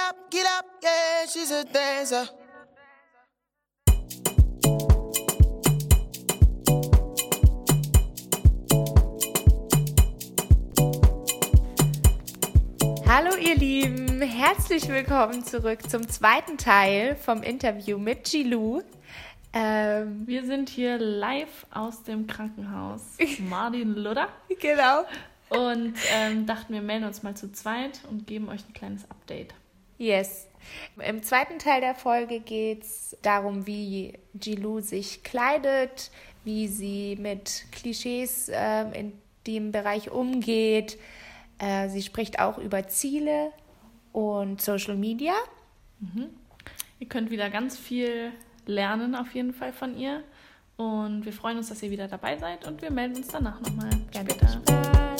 yeah, she's a dancer. Hallo ihr Lieben, herzlich willkommen zurück zum zweiten Teil vom Interview mit Ji-Lu. Wir sind hier live aus dem Krankenhaus Martin-Luther. Genau. Und dachten, wir melden uns mal zu zweit und geben euch ein kleines Update. Yes. Im zweiten Teil der Folge geht es darum, wie Ji-Lu sich kleidet, wie sie mit Klischees in dem Bereich umgeht. Sie spricht auch über Ziele und Social Media. Ihr könnt wieder ganz viel lernen auf jeden Fall von ihr. Und wir freuen uns, dass ihr wieder dabei seid und wir melden uns danach nochmal später. Spaß.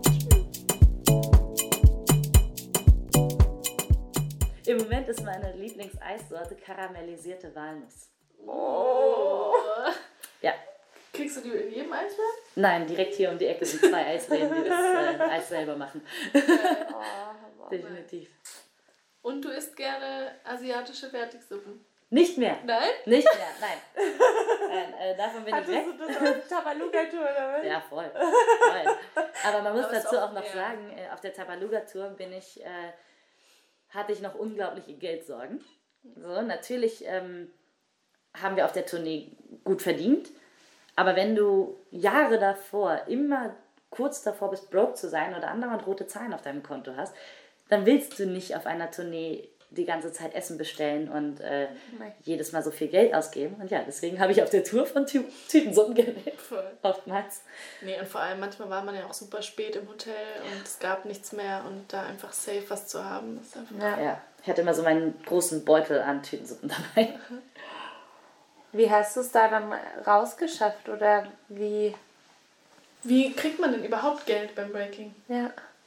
Im Moment ist meine Lieblingseissorte karamellisierte Walnuss. Oh. Ja. Kriegst du die in jedem Eisbär? Nein, direkt hier um die Ecke sind 2 Eisläden, die das Eis selber machen. Definitiv. Und du isst gerne asiatische Fertigsuppen? Nicht mehr. Nein? Nicht mehr, nein. Davon bin ich weg. Hattest du das auf Tabaluga-Tour oder was? Ja, voll. Aber man muss Aber ist dazu auch auch noch mehr. sagen, auf der Tabaluga-Tour hatte ich noch unglaubliche Geldsorgen. So, natürlich haben wir auf der Tournee gut verdient, aber wenn du Jahre davor immer kurz davor bist, broke zu sein oder andauernd rote Zahlen auf deinem Konto hast, dann willst du nicht auf einer Tournee die ganze Zeit Essen bestellen und jedes Mal so viel Geld ausgeben. Und ja, deswegen habe ich auf der Tour von Tütensuppen gelebt. Voll. Oftmals. Nee, und vor allem manchmal war man ja auch super spät im Hotel und es gab nichts mehr und da einfach safe was zu haben, ist einfach... Ja, ich hatte immer so meinen großen Beutel an Tütensuppen dabei. Wie hast du es da dann rausgeschafft oder wie? Wie kriegt man denn überhaupt Geld beim Breaking? Ja.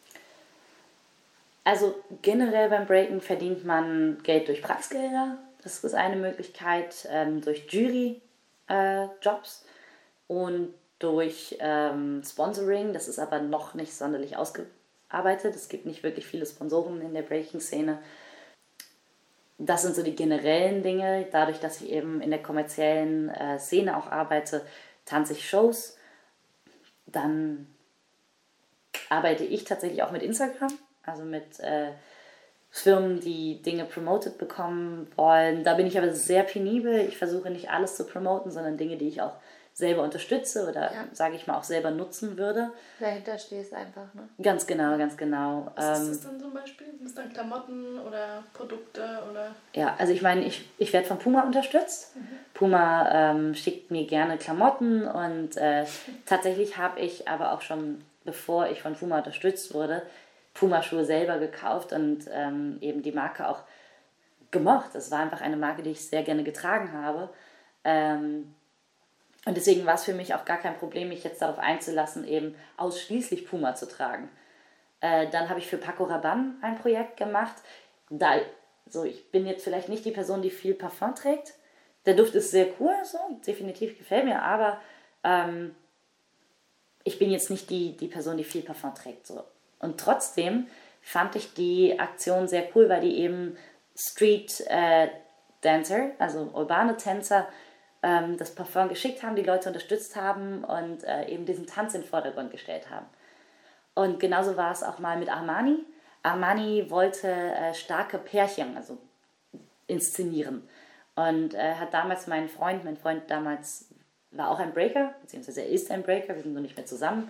Also generell beim Breaken verdient man Geld durch Preisgelder. Das ist eine Möglichkeit, durch Jury-Jobs und durch Sponsoring. Das ist aber noch nicht sonderlich ausgearbeitet. Es gibt nicht wirklich viele Sponsoren in der Breaking-Szene. Das sind so die generellen Dinge. Dadurch, dass ich eben in der kommerziellen Szene auch arbeite, tanze ich Shows. Dann arbeite ich tatsächlich auch mit Instagram. Also mit Firmen, die Dinge promoted bekommen wollen. Da bin ich aber sehr penibel. Ich versuche nicht alles zu promoten, sondern Dinge, die ich auch selber unterstütze oder, sage ich mal, auch selber nutzen würde. Dahinter stehst einfach, ne? Ganz genau, ganz genau. Was ist das dann zum Beispiel? Sind das dann Klamotten oder Produkte oder... Ja, also ich meine, ich werde von Puma unterstützt. Puma schickt mir gerne Klamotten und tatsächlich habe ich aber auch schon, bevor ich von Puma unterstützt wurde, Puma-Schuhe selber gekauft und eben die Marke auch gemocht. Das war einfach eine Marke, die ich sehr gerne getragen habe. Und deswegen war es für mich auch gar kein Problem, mich jetzt darauf einzulassen, eben ausschließlich Puma zu tragen. Dann habe ich für Paco Rabanne ein Projekt gemacht. Ich bin jetzt vielleicht nicht die Person, die viel Parfum trägt. Der Duft ist sehr cool, so, definitiv gefällt mir, aber ich bin jetzt nicht die Person, die viel Parfum trägt. So. Und trotzdem fand ich die Aktion sehr cool, weil die eben Street Dancer, also urbane Tänzer, das Parfum geschickt haben, die Leute unterstützt haben und eben diesen Tanz in den Vordergrund gestellt haben. Und genauso war es auch mal mit Armani. Armani wollte starke Pärchen, also inszenieren. Und hat damals mein Freund damals war auch ein Breaker, beziehungsweise er ist ein Breaker, wir sind noch nicht mehr zusammen.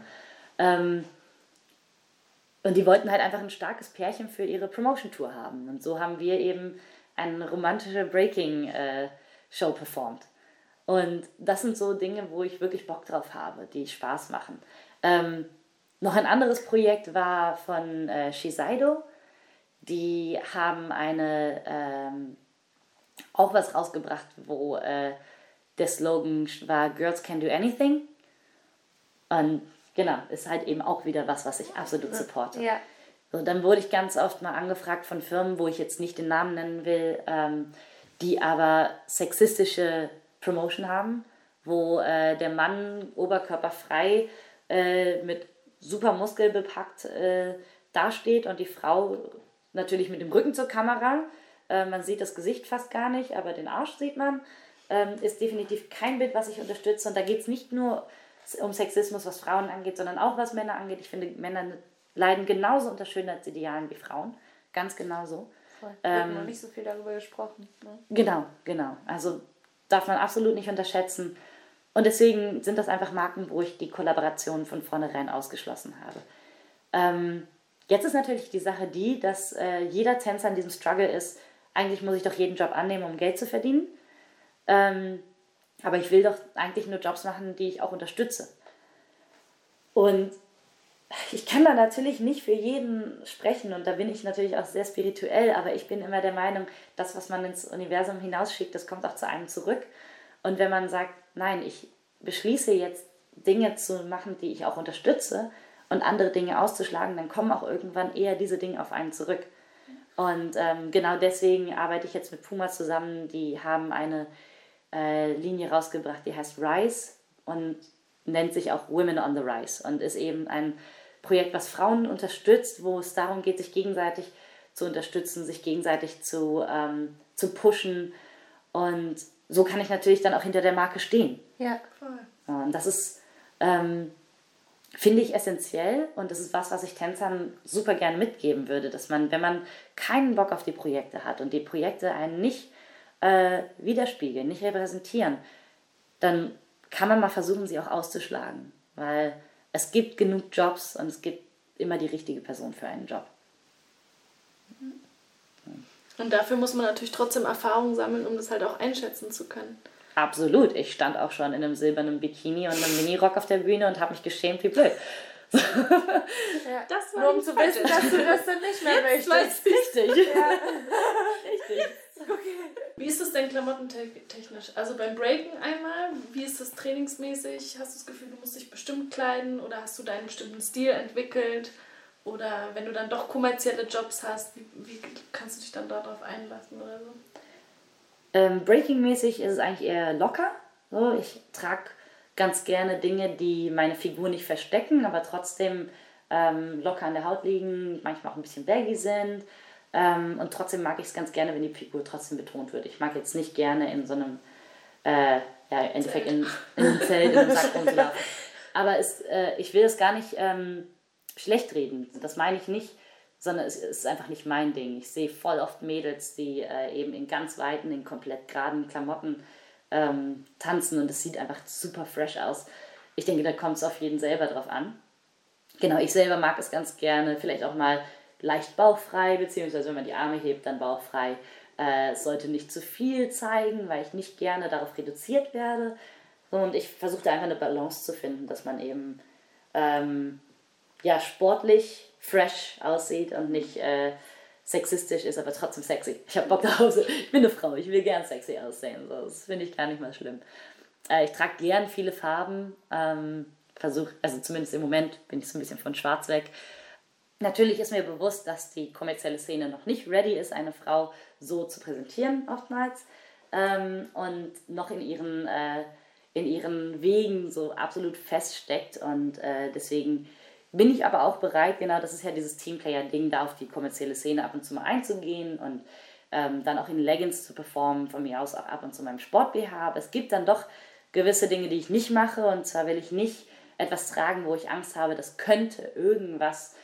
Und die wollten halt einfach ein starkes Pärchen für ihre Promotion-Tour haben. Und so haben wir eben eine romantische Breaking-Show performt. Und das sind so Dinge, wo ich wirklich Bock drauf habe, die Spaß machen. Noch ein anderes Projekt war von Shiseido. Die haben auch was rausgebracht, wo der Slogan war Girls can do anything. Und genau, ist halt eben auch wieder was ich absolut supporte. Ja. So, dann wurde ich ganz oft mal angefragt von Firmen, wo ich jetzt nicht den Namen nennen will, die aber sexistische Promotion haben, wo der Mann oberkörperfrei mit super Muskel bepackt dasteht und die Frau natürlich mit dem Rücken zur Kamera. Man sieht das Gesicht fast gar nicht, aber den Arsch sieht man. Ist definitiv kein Bild, was ich unterstütze. Und da geht es nicht nur um Sexismus, was Frauen angeht, sondern auch was Männer angeht. Ich finde, Männer leiden genauso unter Schönheitsidealen wie Frauen. Ganz genauso. Wir haben noch nicht so viel darüber gesprochen. Ne? Genau. Also darf man absolut nicht unterschätzen. Und deswegen sind das einfach Marken, wo ich die Kollaboration von vornherein ausgeschlossen habe. Jetzt ist natürlich die Sache die, dass jeder Tänzer in diesem Struggle ist, eigentlich muss ich doch jeden Job annehmen, um Geld zu verdienen. Aber ich will doch eigentlich nur Jobs machen, die ich auch unterstütze. Und ich kann da natürlich nicht für jeden sprechen und da bin ich natürlich auch sehr spirituell, aber ich bin immer der Meinung, das, was man ins Universum hinausschickt, das kommt auch zu einem zurück. Und wenn man sagt, nein, ich beschließe jetzt Dinge zu machen, die ich auch unterstütze und andere Dinge auszuschlagen, dann kommen auch irgendwann eher diese Dinge auf einen zurück. Und genau deswegen arbeite ich jetzt mit Puma zusammen. Die haben eine Linie rausgebracht, die heißt Rise und nennt sich auch Women on the Rise und ist eben ein Projekt, was Frauen unterstützt, wo es darum geht, sich gegenseitig zu unterstützen, sich gegenseitig zu pushen. Und so kann ich natürlich dann auch hinter der Marke stehen. Ja, voll. Und das ist, finde ich, essentiell und das ist was ich Tänzern super gern mitgeben würde, dass man, wenn man keinen Bock auf die Projekte hat und die Projekte einen nicht widerspiegeln, nicht repräsentieren, dann kann man mal versuchen, sie auch auszuschlagen. Weil es gibt genug Jobs und es gibt immer die richtige Person für einen Job. Und dafür muss man natürlich trotzdem Erfahrung sammeln, um das halt auch einschätzen zu können. Absolut. Ich stand auch schon in einem silbernen Bikini und einem Minirock auf der Bühne und habe mich geschämt wie blöd. Ja. Das war nur um zu wissen, dass du das dann nicht mehr möchtest. Richtig. Ja. Richtig. Okay. Wie ist es denn klamottentechnisch? Also beim Breaken einmal, wie ist das trainingsmäßig? Hast du das Gefühl, du musst dich bestimmt kleiden oder hast du deinen bestimmten Stil entwickelt? Oder wenn du dann doch kommerzielle Jobs hast, wie kannst du dich dann darauf einlassen oder so? Breaking-mäßig ist es eigentlich eher locker. So, ich trage ganz gerne Dinge, die meine Figur nicht verstecken, aber trotzdem locker an der Haut liegen, manchmal auch ein bisschen baggy sind. Und trotzdem mag ich es ganz gerne, wenn die Figur trotzdem betont wird. Ich mag jetzt nicht gerne in so einem, im Endeffekt in einem Zelt, in einem Sack rumzulaufen. Aber ich will das gar nicht schlecht reden. Das meine ich nicht, sondern es ist einfach nicht mein Ding. Ich sehe voll oft Mädels, die eben in ganz weiten, in komplett geraden Klamotten tanzen und es sieht einfach super fresh aus. Ich denke, da kommt es auf jeden selber drauf an. Genau, ich selber mag es ganz gerne, vielleicht auch mal leicht bauchfrei, beziehungsweise wenn man die Arme hebt, dann bauchfrei. Es sollte nicht zu viel zeigen, weil ich nicht gerne darauf reduziert werde. Und ich versuche da einfach eine Balance zu finden, dass man eben sportlich, fresh aussieht und nicht sexistisch ist, aber trotzdem sexy. Ich habe Bock darauf, ich bin eine Frau, ich will gern sexy aussehen. So, das finde ich gar nicht mal schlimm. Ich trage gern viele Farben, also zumindest im Moment bin ich so ein bisschen von schwarz weg. Natürlich ist mir bewusst, dass die kommerzielle Szene noch nicht ready ist, eine Frau so zu präsentieren oftmals und noch in ihren Wegen so absolut feststeckt und deswegen bin ich aber auch bereit, genau, das ist ja dieses Teamplayer-Ding, da auf die kommerzielle Szene ab und zu mal einzugehen und dann auch in Leggings zu performen, von mir aus auch ab und zu meinem Sport-BH, aber es gibt dann doch gewisse Dinge, die ich nicht mache und zwar will ich nicht etwas tragen, wo ich Angst habe, das könnte irgendwas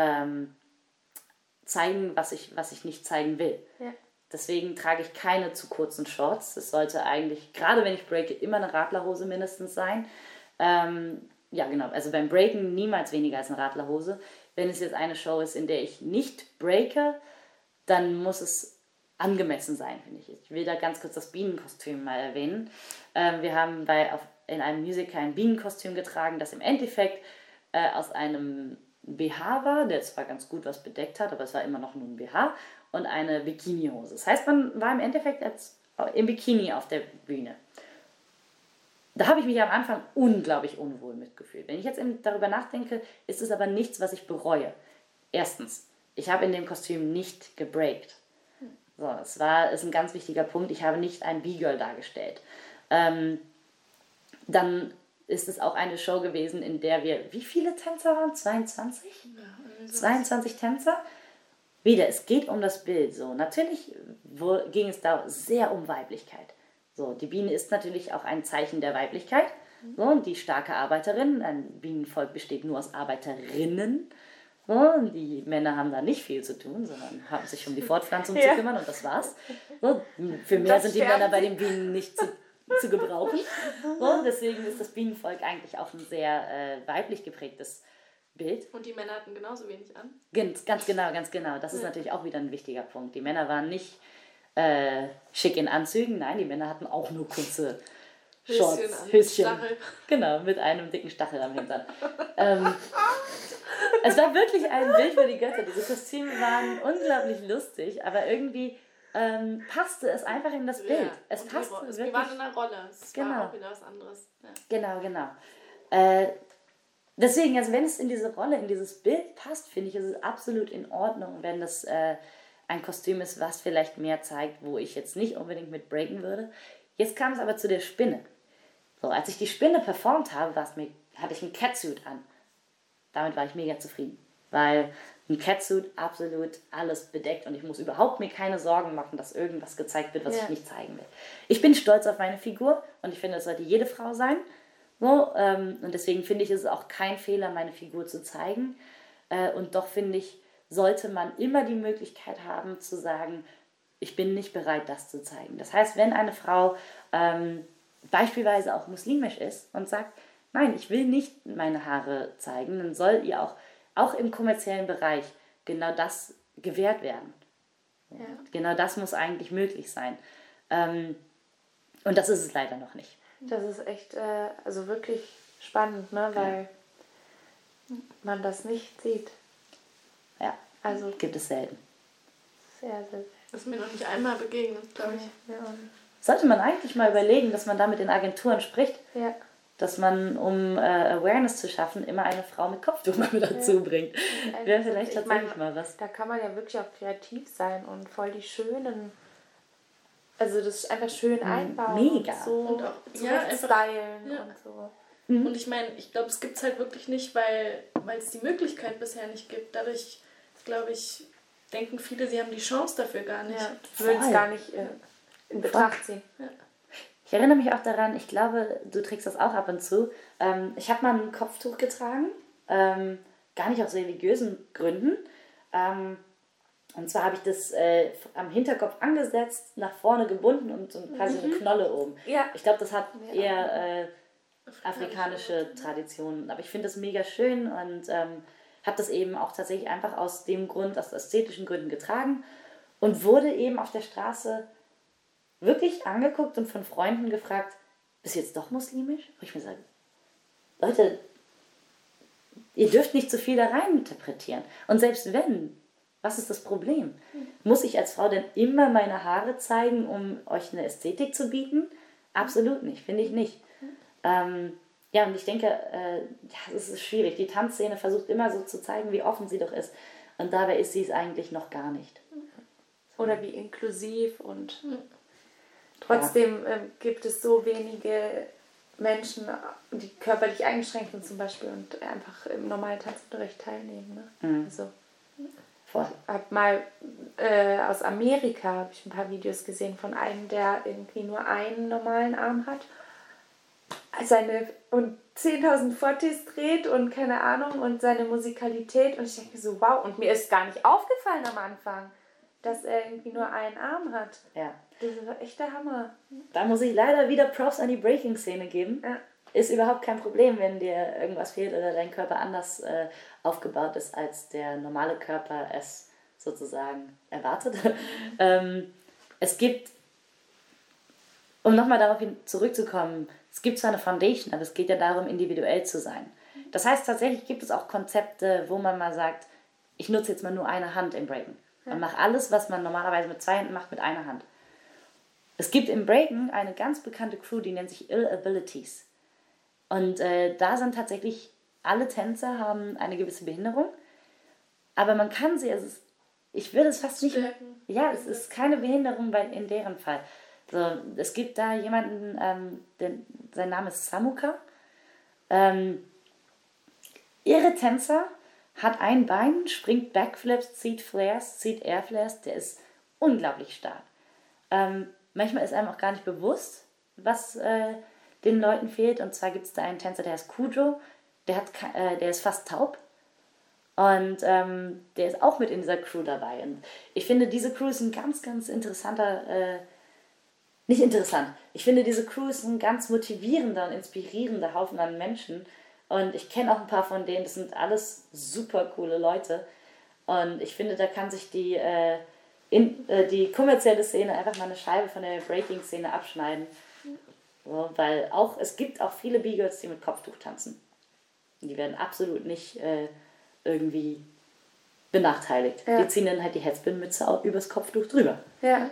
zeigen, was ich nicht zeigen will. Ja. Deswegen trage ich keine zu kurzen Shorts. Es sollte eigentlich, gerade wenn ich breake, immer eine Radlerhose mindestens sein. Ja, genau. Also beim Breaken niemals weniger als eine Radlerhose. Wenn es jetzt eine Show ist, in der ich nicht breake, dann muss es angemessen sein, finde ich. Ich will da ganz kurz das Bienenkostüm mal erwähnen. Wir haben in einem Musical ein Bienenkostüm getragen, das im Endeffekt aus einem BH war, der zwar ganz gut was bedeckt hat, aber es war immer noch nur ein BH und eine Bikinihose. Das heißt, man war im Endeffekt im Bikini auf der Bühne. Da habe ich mich am Anfang unglaublich unwohl mitgefühlt. Wenn ich jetzt darüber nachdenke, ist es aber nichts, was ich bereue. Erstens, ich habe in dem Kostüm nicht gebreakt. So, ist ein ganz wichtiger Punkt. Ich habe nicht ein B-Girl dargestellt. Dann ist es auch eine Show gewesen, in der wir, wie viele Tänzer waren? 22? Ja, 22 Tänzer. wieder, es geht um das Bild. So. Natürlich ging es da sehr um Weiblichkeit. So, die Biene ist natürlich auch ein Zeichen der Weiblichkeit. So, die starke Arbeiterin. Ein Bienenvolk besteht nur aus Arbeiterinnen. So, und die Männer haben da nicht viel zu tun, sondern haben sich um die Fortpflanzung zu kümmern und das war's. So, für mehr sind die Männer bei den Bienen nicht zu gebrauchen. So, deswegen ist das Bienenvolk eigentlich auch ein sehr weiblich geprägtes Bild. Und die Männer hatten genauso wenig an? Ganz genau. Das ist natürlich auch wieder ein wichtiger Punkt. Die Männer waren nicht schick in Anzügen, nein, die Männer hatten auch nur kurze Shorts, Höschen. Stachel. Genau, mit einem dicken Stachel am Hintern. Es war wirklich ein Bild für die Götter. Diese Kostüme waren unglaublich lustig, aber irgendwie passte es einfach in das Bild. Es passte wirklich. Wir waren in einer Rolle. Es war auch wieder was anderes. Ja. Genau. Deswegen, also wenn es in diese Rolle, in dieses Bild passt, finde ich, ist es absolut in Ordnung, wenn das ein Kostüm ist, was vielleicht mehr zeigt, wo ich jetzt nicht unbedingt mit breaken würde. Jetzt kam es aber zu der Spinne. So, als ich die Spinne performt habe, hatte ich einen Catsuit an. Damit war ich mega zufrieden, weil ein Catsuit absolut alles bedeckt und ich muss überhaupt mir keine Sorgen machen, dass irgendwas gezeigt wird, was ich nicht zeigen will. Ich bin stolz auf meine Figur und ich finde, das sollte jede Frau sein. So, und deswegen finde ich, ist es auch kein Fehler, meine Figur zu zeigen. Und doch finde ich, sollte man immer die Möglichkeit haben zu sagen, ich bin nicht bereit, das zu zeigen. Das heißt, wenn eine Frau beispielsweise auch muslimisch ist und sagt, nein, ich will nicht meine Haare zeigen, dann soll ihr auch im kommerziellen Bereich genau das gewährt werden. Ja. Genau das muss eigentlich möglich sein. Und das ist es leider noch nicht. Das ist echt, also wirklich spannend, ne? Weil man das nicht sieht. Ja, also gibt es selten. Sehr selten. Das ist mir noch nicht einmal begegnet, glaube ich. Ja. Sollte man eigentlich mal überlegen, dass man da mit den Agenturen spricht. Ja. Dass man, um Awareness zu schaffen, immer eine Frau mit Kopftuch mal dazu bringt. Wäre vielleicht tatsächlich mal was. Da kann man ja wirklich auch kreativ sein und voll die schönen, also das einfach schön einbauen. Mega. Und so und auch, stylen und so. Mhm. Und ich meine, ich glaube, es gibt es halt wirklich nicht, weil es die Möglichkeit bisher nicht gibt. Dadurch, glaube ich, denken viele, sie haben die Chance dafür gar nicht. Ja, würden es gar nicht in Betracht ziehen. Ja. Ich erinnere mich auch daran, ich glaube, du trägst das auch ab und zu. Ich habe mal ein Kopftuch getragen, gar nicht aus religiösen Gründen. Und zwar habe ich das am Hinterkopf angesetzt, nach vorne gebunden und so quasi eine Knolle oben. Ja. Ich glaube, das hat eher afrikanische Traditionen. Aber ich finde das mega schön und habe das eben auch tatsächlich einfach aus dem Grund, aus ästhetischen Gründen getragen und wurde eben auf der Straße wirklich angeguckt und von Freunden gefragt, bist du jetzt doch muslimisch? Wo ich mir sage, Leute, ihr dürft nicht zu viel da rein interpretieren. Und selbst wenn, was ist das Problem? Muss ich als Frau denn immer meine Haare zeigen, um euch eine Ästhetik zu bieten? Absolut nicht, finde ich nicht. Ja, und ich denke, es ist schwierig. Die Tanzszene versucht immer so zu zeigen, wie offen sie doch ist. Und dabei ist sie es eigentlich noch gar nicht. Oder wie inklusiv und trotzdem gibt es so wenige Menschen, die körperlich eingeschränkt sind zum Beispiel und einfach im normalen Tanzunterricht teilnehmen. Ne? Also, ich habe mal aus Amerika habe ich ein paar Videos gesehen von einem, der irgendwie nur einen normalen Arm hat. Und 10.000 Fotos dreht und keine Ahnung und seine Musikalität und ich denke so, wow, und mir ist gar nicht aufgefallen am Anfang, dass er irgendwie nur einen Arm hat. Ja. Das war echt der Hammer. Da muss ich leider wieder Props an die Breaking-Szene geben. Ja. Ist überhaupt kein Problem, wenn dir irgendwas fehlt oder dein Körper anders aufgebaut ist, als der normale Körper es sozusagen erwartet. Es gibt, um nochmal darauf zurückzukommen, es gibt zwar eine Foundation, aber es geht ja darum, individuell zu sein. Das heißt, tatsächlich gibt es auch Konzepte, wo man mal sagt, ich nutze jetzt mal nur eine Hand im Breaken. Man macht alles, was man normalerweise mit 2 Händen macht, mit einer Hand. Es gibt im Breaken eine ganz bekannte Crew, die nennt sich Ill Abilities. Und da sind tatsächlich, alle Tänzer haben eine gewisse Behinderung, aber man kann sie, ich würde es fast nicht, es ist keine Behinderung in deren Fall. So, es gibt da jemanden, sein Name ist Samuka. Ihre Tänzer hat ein Bein, springt Backflips, zieht Flares, zieht Airflares, der ist unglaublich stark. Manchmal ist einem auch gar nicht bewusst, was den Leuten fehlt. Und zwar gibt es da einen Tänzer, der heißt Kujo, der ist fast taub. Und der ist auch mit in dieser Crew dabei. Und ich finde, diese Crew ist ein ganz, ganz interessanter, nicht interessant, ich finde, diese Crew ist ein ganz motivierender und inspirierender Haufen an Menschen. Und ich kenne auch ein paar von denen, das sind alles super coole Leute. Und ich finde, da kann sich die kommerzielle Szene einfach mal eine Scheibe von der Breaking-Szene abschneiden. So, weil es gibt auch viele B-Girls, die mit Kopftuch tanzen. Und die werden absolut nicht irgendwie benachteiligt. Ja. Die ziehen dann halt die Headspin-Mütze übers Kopftuch drüber. Ja.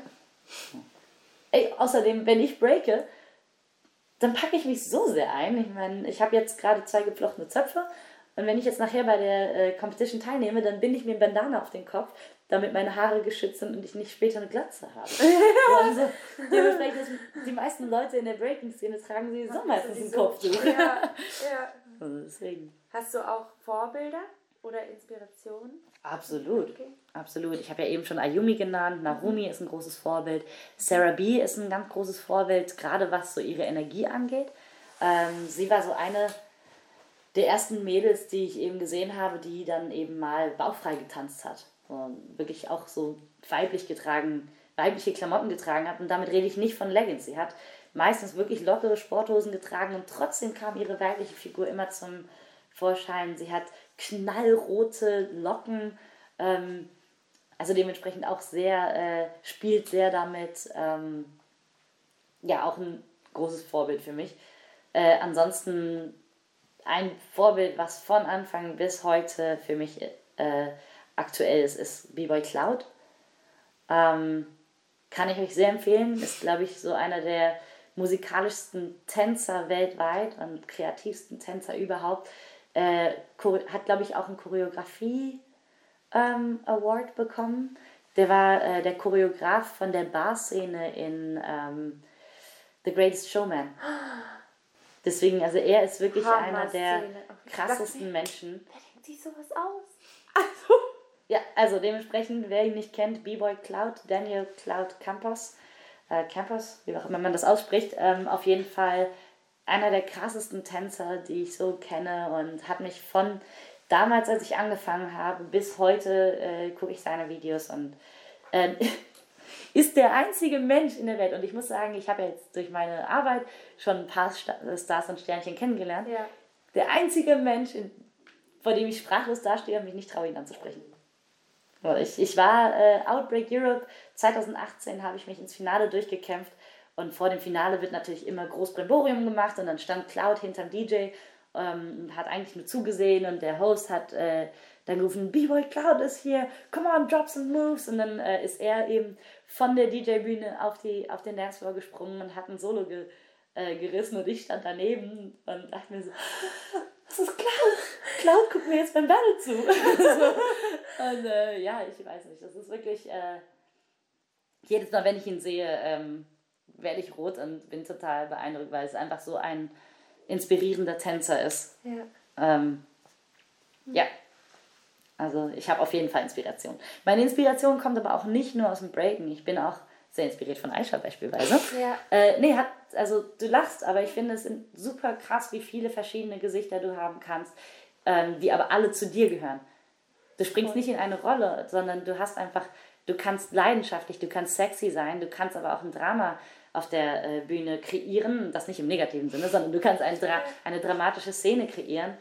Ey, außerdem, wenn ich breake, dann packe ich mich so sehr ein. Ich meine, ich habe jetzt gerade 2 geflochtene Zöpfe und wenn ich jetzt nachher bei der Competition teilnehme, dann binde ich mir ein Bandana auf den Kopf, damit meine Haare geschützt sind und ich nicht später eine Glatze habe. Also, dementsprechend, die meisten Leute in der Breaking-Szene tragen sowieso meistens ein Kopftuch. Ja. Also deswegen. Hast du auch Vorbilder oder Inspirationen? Absolut. Okay. Absolut. Ich habe ja eben schon Ayumi genannt, Narumi ist ein großes Vorbild, Sarah B. ist ein ganz großes Vorbild, gerade was so ihre Energie angeht. Sie war so eine der ersten Mädels, die ich eben gesehen habe, die dann eben mal bauchfrei getanzt hat. Und wirklich auch so weibliche Klamotten getragen hat. Und damit rede ich nicht von Leggings. Sie hat meistens wirklich lockere Sporthosen getragen und trotzdem kam ihre weibliche Figur immer zum Vorschein. Sie hat knallrote Locken, also dementsprechend auch spielt sehr damit, ja, auch ein großes Vorbild für mich. Ansonsten ein Vorbild, was von Anfang bis heute für mich aktuell ist B-Boy Cloud. Kann ich euch sehr empfehlen, ist, glaube ich, so einer der musikalischsten Tänzer weltweit und kreativsten Tänzer überhaupt. Hat, glaube ich, auch einen Choreografie-Award bekommen. Der war der Choreograf von der Barszene in The Greatest Showman. Deswegen, also er ist wirklich einer der krassesten Menschen. Wer denkt sich sowas aus? Also. Ja, also dementsprechend, wer ihn nicht kennt, B-Boy Cloud, Daniel Cloud Campos, wie auch immer man das ausspricht, auf jeden Fall einer der krassesten Tänzer, die ich so kenne und hat mich von damals, als ich angefangen habe, bis heute gucke ich seine Videos und ist der einzige Mensch in der Welt. Und ich muss sagen, ich habe ja jetzt durch meine Arbeit schon ein paar Stars und Sternchen kennengelernt. Ja. Der einzige Mensch, vor dem ich sprachlos dastehe und mich nicht traue, ihn anzusprechen. Ich war Outbreak Europe 2018, habe ich mich ins Finale durchgekämpft und vor dem Finale wird natürlich immer groß Bremborium gemacht und dann stand Cloud hinterm DJ und hat eigentlich nur zugesehen und der Host hat dann gerufen, B-Boy Cloud ist hier, come on, drop some moves und dann ist er eben von der DJ-Bühne auf den Dancefloor gesprungen und hat ein Solo gerissen und ich stand daneben und dachte mir so, das ist Cloud. Cloud guckt mir jetzt beim Battle zu. So. Und ja, ich weiß nicht, das ist wirklich, jedes Mal, wenn ich ihn sehe, werde ich rot und bin total beeindruckt, weil es einfach so ein inspirierender Tänzer ist. Ja. Ja. Also ich habe auf jeden Fall Inspiration. Meine Inspiration kommt aber auch nicht nur aus dem Breaken. Ich bin auch sehr inspiriert von Aisha beispielsweise. Ja. Also du lachst, aber ich finde es super krass, wie viele verschiedene Gesichter du haben kannst, die aber alle zu dir gehören. Du springst nicht in eine Rolle, sondern du kannst leidenschaftlich, du kannst sexy sein, du kannst aber auch ein Drama auf der Bühne kreieren, das nicht im negativen Sinne, sondern du kannst eine dramatische Szene kreieren.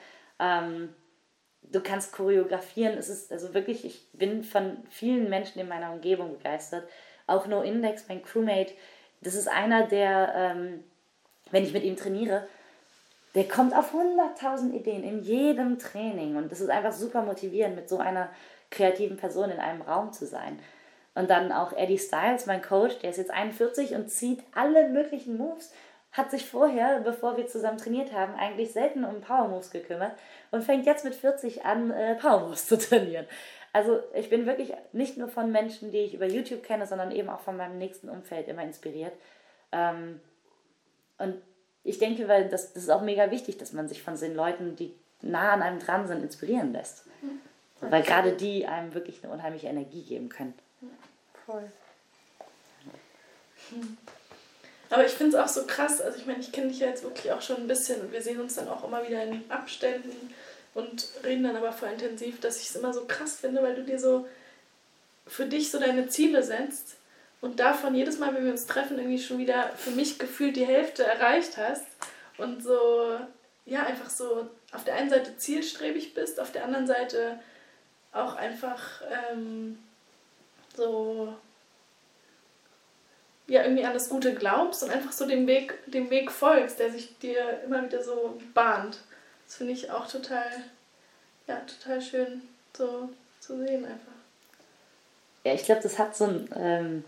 Du kannst choreografieren. Es ist also wirklich, ich bin von vielen Menschen in meiner Umgebung begeistert. Auch No Index, mein Crewmate, das ist einer, der, wenn ich mit ihm trainiere, der kommt auf 100.000 Ideen in jedem Training. Und das ist einfach super motivierend, mit so einer kreativen Person in einem Raum zu sein. Und dann auch Eddie Styles, mein Coach, der ist jetzt 41 und zieht alle möglichen Moves, hat sich vorher, bevor wir zusammen trainiert haben, eigentlich selten um Power Moves gekümmert und fängt jetzt mit 40 an, Power Moves zu trainieren. Also ich bin wirklich nicht nur von Menschen, die ich über YouTube kenne, sondern eben auch von meinem nächsten Umfeld immer inspiriert. Und ich denke, weil das ist auch mega wichtig, dass man sich von den Leuten, die nah an einem dran sind, inspirieren lässt. Weil gerade die einem wirklich eine unheimliche Energie geben können. Voll. Aber ich finde es auch so krass, also ich meine, ich kenne dich ja jetzt wirklich auch schon ein bisschen und wir sehen uns dann auch immer wieder in Abständen und reden dann aber voll intensiv, dass ich es immer so krass finde, weil du dir so für dich so deine Ziele setzt und davon jedes Mal, wenn wir uns treffen, irgendwie schon wieder für mich gefühlt die Hälfte erreicht hast und so, ja, einfach so auf der einen Seite zielstrebig bist, auf der anderen Seite auch einfach so, ja, irgendwie an das Gute glaubst und einfach so dem Weg folgst, der sich dir immer wieder so bahnt. Das finde ich auch total schön so zu sehen einfach. Ja, ich glaube, das hat so ein...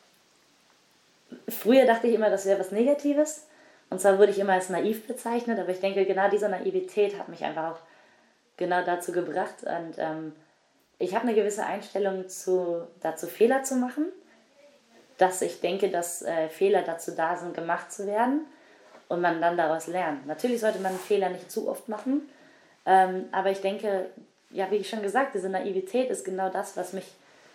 früher dachte ich immer, das wäre was Negatives. Und zwar wurde ich immer als naiv bezeichnet, aber ich denke, genau diese Naivität hat mich einfach auch genau dazu gebracht. Und ich habe eine gewisse Einstellung dazu, Fehler zu machen. Dass ich denke, dass Fehler dazu da sind, gemacht zu werden und man dann daraus lernt. Natürlich sollte man Fehler nicht zu oft machen, aber ich denke, ja, wie ich schon gesagt, diese Naivität ist genau das, was mich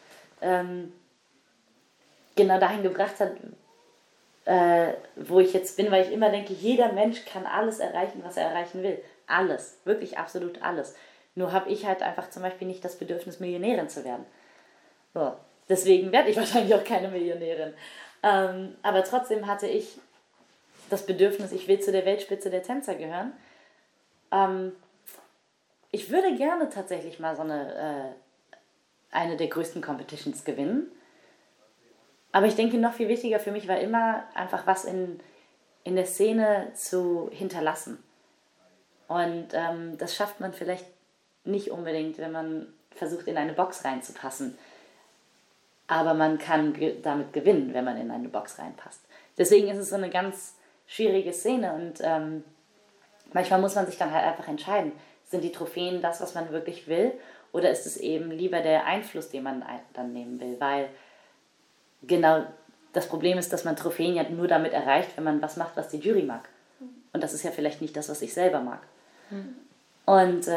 genau dahin gebracht hat, wo ich jetzt bin, weil ich immer denke, jeder Mensch kann alles erreichen, was er erreichen will. Alles, wirklich absolut alles. Nur habe ich halt einfach zum Beispiel nicht das Bedürfnis, Millionärin zu werden. So. Deswegen werde ich wahrscheinlich auch keine Millionärin. Aber trotzdem hatte ich das Bedürfnis, ich will zu der Weltspitze der Tänzer gehören. Ich würde gerne tatsächlich mal so eine der größten Competitions gewinnen. Aber ich denke, noch viel wichtiger für mich war immer einfach was in der Szene zu hinterlassen. Und das schafft man vielleicht nicht unbedingt, wenn man versucht, in eine Box reinzupassen. Aber man kann damit gewinnen, wenn man in eine Box reinpasst. Deswegen ist es so eine ganz schwierige Szene und manchmal muss man sich dann halt einfach entscheiden, sind die Trophäen das, was man wirklich will, oder ist es eben lieber der Einfluss, den man dann nehmen will, weil genau das Problem ist, dass man Trophäen ja nur damit erreicht, wenn man was macht, was die Jury mag. Und das ist ja vielleicht nicht das, was ich selber mag. Und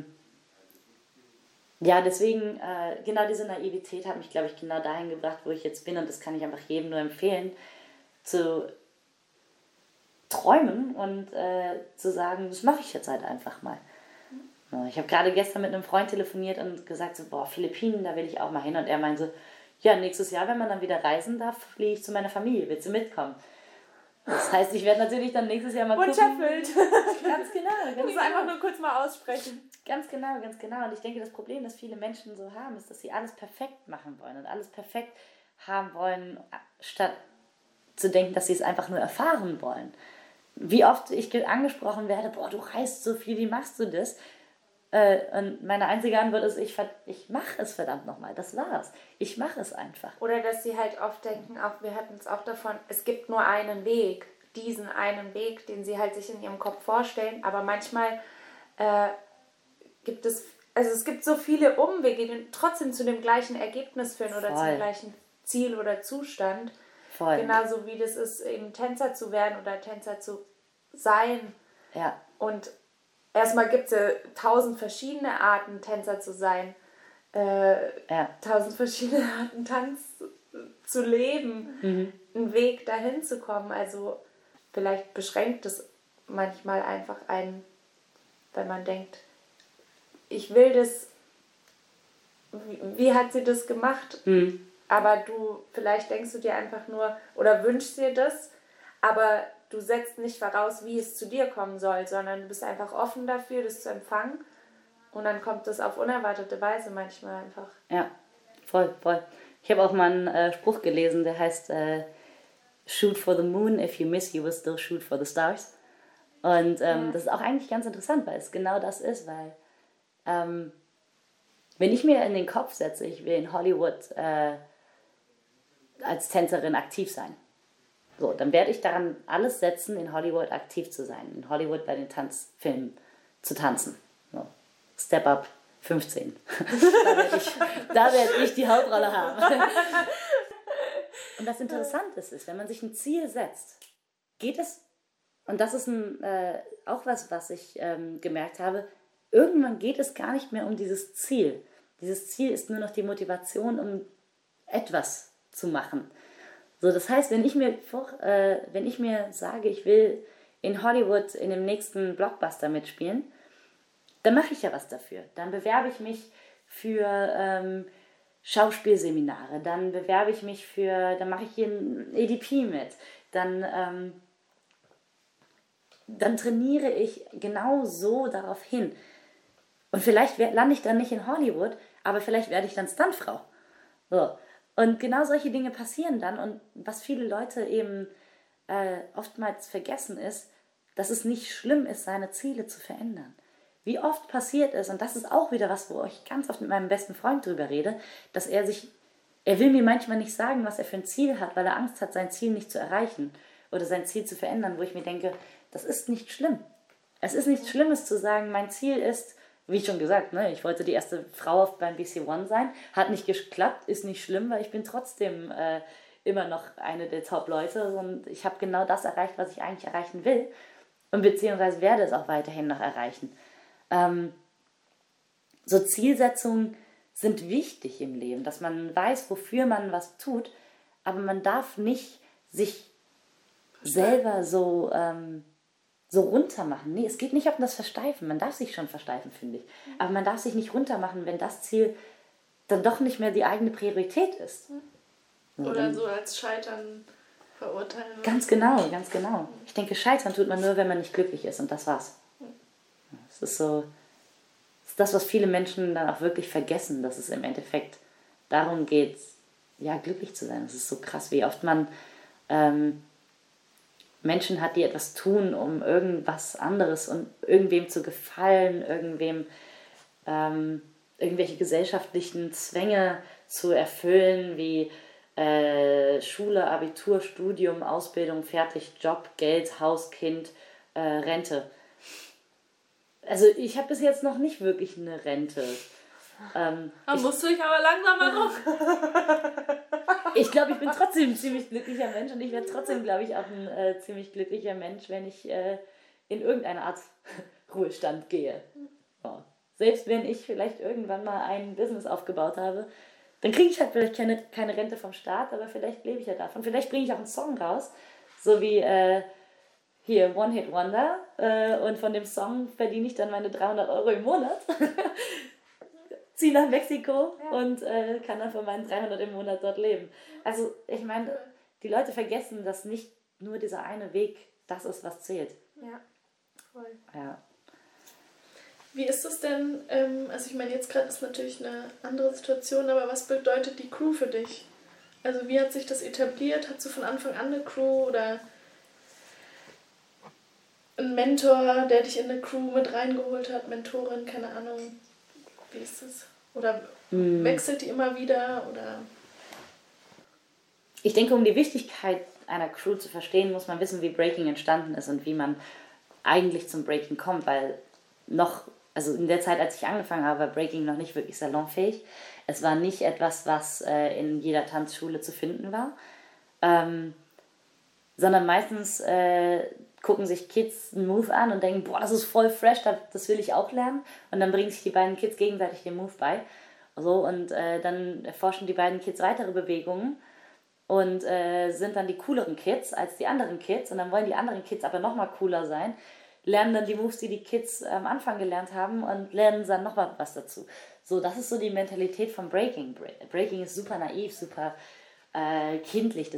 ja, deswegen, genau diese Naivität hat mich, glaube ich, genau dahin gebracht, wo ich jetzt bin. Und das kann ich einfach jedem nur empfehlen, zu träumen und zu sagen, das mache ich jetzt halt einfach mal. Ich habe gerade gestern mit einem Freund telefoniert und gesagt, so, boah, Philippinen, da will ich auch mal hin. Und er meinte, ja, nächstes Jahr, wenn man dann wieder reisen darf, fliege ich zu meiner Familie, willst du mitkommen? Das heißt, ich werde natürlich dann nächstes Jahr mal Wunsch gucken. erfüllt. Ganz genau. Ich muss einfach nur kurz mal aussprechen. Ganz genau, ganz genau. Und ich denke, das Problem, das viele Menschen so haben, ist, dass sie alles perfekt machen wollen und alles perfekt haben wollen, statt zu denken, dass sie es einfach nur erfahren wollen. Wie oft ich angesprochen werde, boah, du reist so viel, wie machst du das? Und meine einzige Antwort ist, ich mache es verdammt nochmal, das war's. Ich mache es einfach. Oder dass sie halt oft denken, auch wir hatten es auch davon, es gibt nur einen Weg, diesen einen Weg, den sie halt sich in ihrem Kopf vorstellen, aber manchmal gibt es so viele Umwege, die trotzdem zu dem gleichen Ergebnis führen oder zum gleichen Ziel oder Zustand. Voll. Genauso wie das ist, eben Tänzer zu werden oder Tänzer zu sein. Ja. Und erstmal gibt es ja 1000 verschiedene Arten, Tänzer zu sein. 1000 verschiedene Arten, Tanz zu leben. Einen Weg dahin zu kommen. Also vielleicht beschränkt es manchmal einfach einen, wenn man denkt, ich will das, wie hat sie das gemacht? Aber vielleicht denkst du dir einfach nur oder wünschst dir das, aber du setzt nicht voraus, wie es zu dir kommen soll, sondern du bist einfach offen dafür, das zu empfangen und dann kommt das auf unerwartete Weise manchmal einfach. Ja, voll. Ich habe auch mal einen Spruch gelesen, der heißt Shoot for the moon, if you miss, you will still shoot for the stars. Und das ist auch eigentlich ganz interessant, weil es genau das ist, weil wenn ich mir in den Kopf setze, ich will in Hollywood als Tänzerin aktiv sein, so, dann werde ich daran alles setzen, in Hollywood aktiv zu sein, in Hollywood bei den Tanzfilmen zu tanzen. So. Step Up 15. da werd ich die Hauptrolle haben. Und das Interessante ist, wenn man sich ein Ziel setzt, geht es, und das ist auch was ich gemerkt habe, irgendwann geht es gar nicht mehr um dieses Ziel. Dieses Ziel ist nur noch die Motivation, um etwas zu machen. So, das heißt, wenn ich mir sage, ich will in Hollywood in dem nächsten Blockbuster mitspielen, dann mache ich ja was dafür. Dann bewerbe ich mich für Schauspielseminare, dann mache ich hier ein EDP mit, dann trainiere ich genau so darauf hin. Und vielleicht lande ich dann nicht in Hollywood, aber vielleicht werde ich dann Stuntfrau. So. Und genau solche Dinge passieren dann. Und was viele Leute eben oftmals vergessen ist, dass es nicht schlimm ist, seine Ziele zu verändern. Wie oft passiert es, und das ist auch wieder was, wo ich ganz oft mit meinem besten Freund drüber rede, dass er will mir manchmal nicht sagen, was er für ein Ziel hat, weil er Angst hat, sein Ziel nicht zu erreichen oder sein Ziel zu verändern, wo ich mir denke, das ist nicht schlimm. Es ist nichts Schlimmes zu sagen, mein Ziel ist, wie schon gesagt, ne, ich wollte die erste Frau beim BC One sein, hat nicht geklappt, ist nicht schlimm, weil ich bin trotzdem immer noch eine der Top-Leute und ich habe genau das erreicht, was ich eigentlich erreichen will und beziehungsweise werde es auch weiterhin noch erreichen. So Zielsetzungen sind wichtig im Leben, dass man weiß, wofür man was tut, aber man darf nicht sich selber so runter machen. Nee, es geht nicht um das Versteifen. Man darf sich schon versteifen, finde ich. Aber man darf sich nicht runter machen, wenn das Ziel dann doch nicht mehr die eigene Priorität ist. Oder so als Scheitern verurteilen. Ganz genau, ganz genau. Ich denke, scheitern tut man nur, wenn man nicht glücklich ist und das war's. Es ist so, das ist das, was viele Menschen dann auch wirklich vergessen, dass es im Endeffekt darum geht, ja, glücklich zu sein. Es ist so krass, wie oft man Menschen hat, die etwas tun, um irgendwas anderes und irgendwem zu gefallen, irgendwelche gesellschaftlichen Zwänge zu erfüllen, wie Schule, Abitur, Studium, Ausbildung, fertig, Job, Geld, Haus, Kind, Rente. Also ich habe bis jetzt noch nicht wirklich eine Rente. Da musst du dich aber langsam mal drauf. Ich glaube, ich bin trotzdem ein ziemlich glücklicher Mensch und ich werde trotzdem, glaube ich, auch ein ziemlich glücklicher Mensch, wenn ich in irgendeine Art Ruhestand gehe. Ja. Selbst wenn ich vielleicht irgendwann mal ein Business aufgebaut habe, dann kriege ich halt vielleicht keine Rente vom Staat, aber vielleicht lebe ich ja davon. Vielleicht bringe ich auch einen Song raus, so wie hier One Hit Wonder und von dem Song verdiene ich dann meine 300 Euro im Monat. Ziehe nach Mexiko und kann dann von meinen 300 im Monat dort leben. Also ich meine, die Leute vergessen, dass nicht nur dieser eine Weg das ist, was zählt. Ja, voll. Ja. Wie ist es denn, also ich meine, jetzt gerade ist natürlich eine andere Situation, aber was bedeutet die Crew für dich? Also wie hat sich das etabliert? Hast du von Anfang an eine Crew oder einen Mentor, der dich in eine Crew mit reingeholt hat, Mentorin, keine Ahnung? Wie ist es? Oder wechselt die immer wieder? Oder? Ich denke, um die Wichtigkeit einer Crew zu verstehen, muss man wissen, wie Breaking entstanden ist und wie man eigentlich zum Breaking kommt, weil also in der Zeit, als ich angefangen habe, war Breaking noch nicht wirklich salonfähig. Es war nicht etwas, was in jeder Tanzschule zu finden war, sondern meistens gucken sich Kids einen Move an und denken, boah, das ist voll fresh, das will ich auch lernen. Und dann bringen sich die beiden Kids gegenseitig den Move bei. So, und dann erforschen die beiden Kids weitere Bewegungen und sind dann die cooleren Kids als die anderen Kids. Und dann wollen die anderen Kids aber nochmal cooler sein, lernen dann die Moves, die die Kids am Anfang gelernt haben und lernen dann nochmal was dazu. So, das ist so die Mentalität von Breaking. Breaking ist super naiv, super kindlich,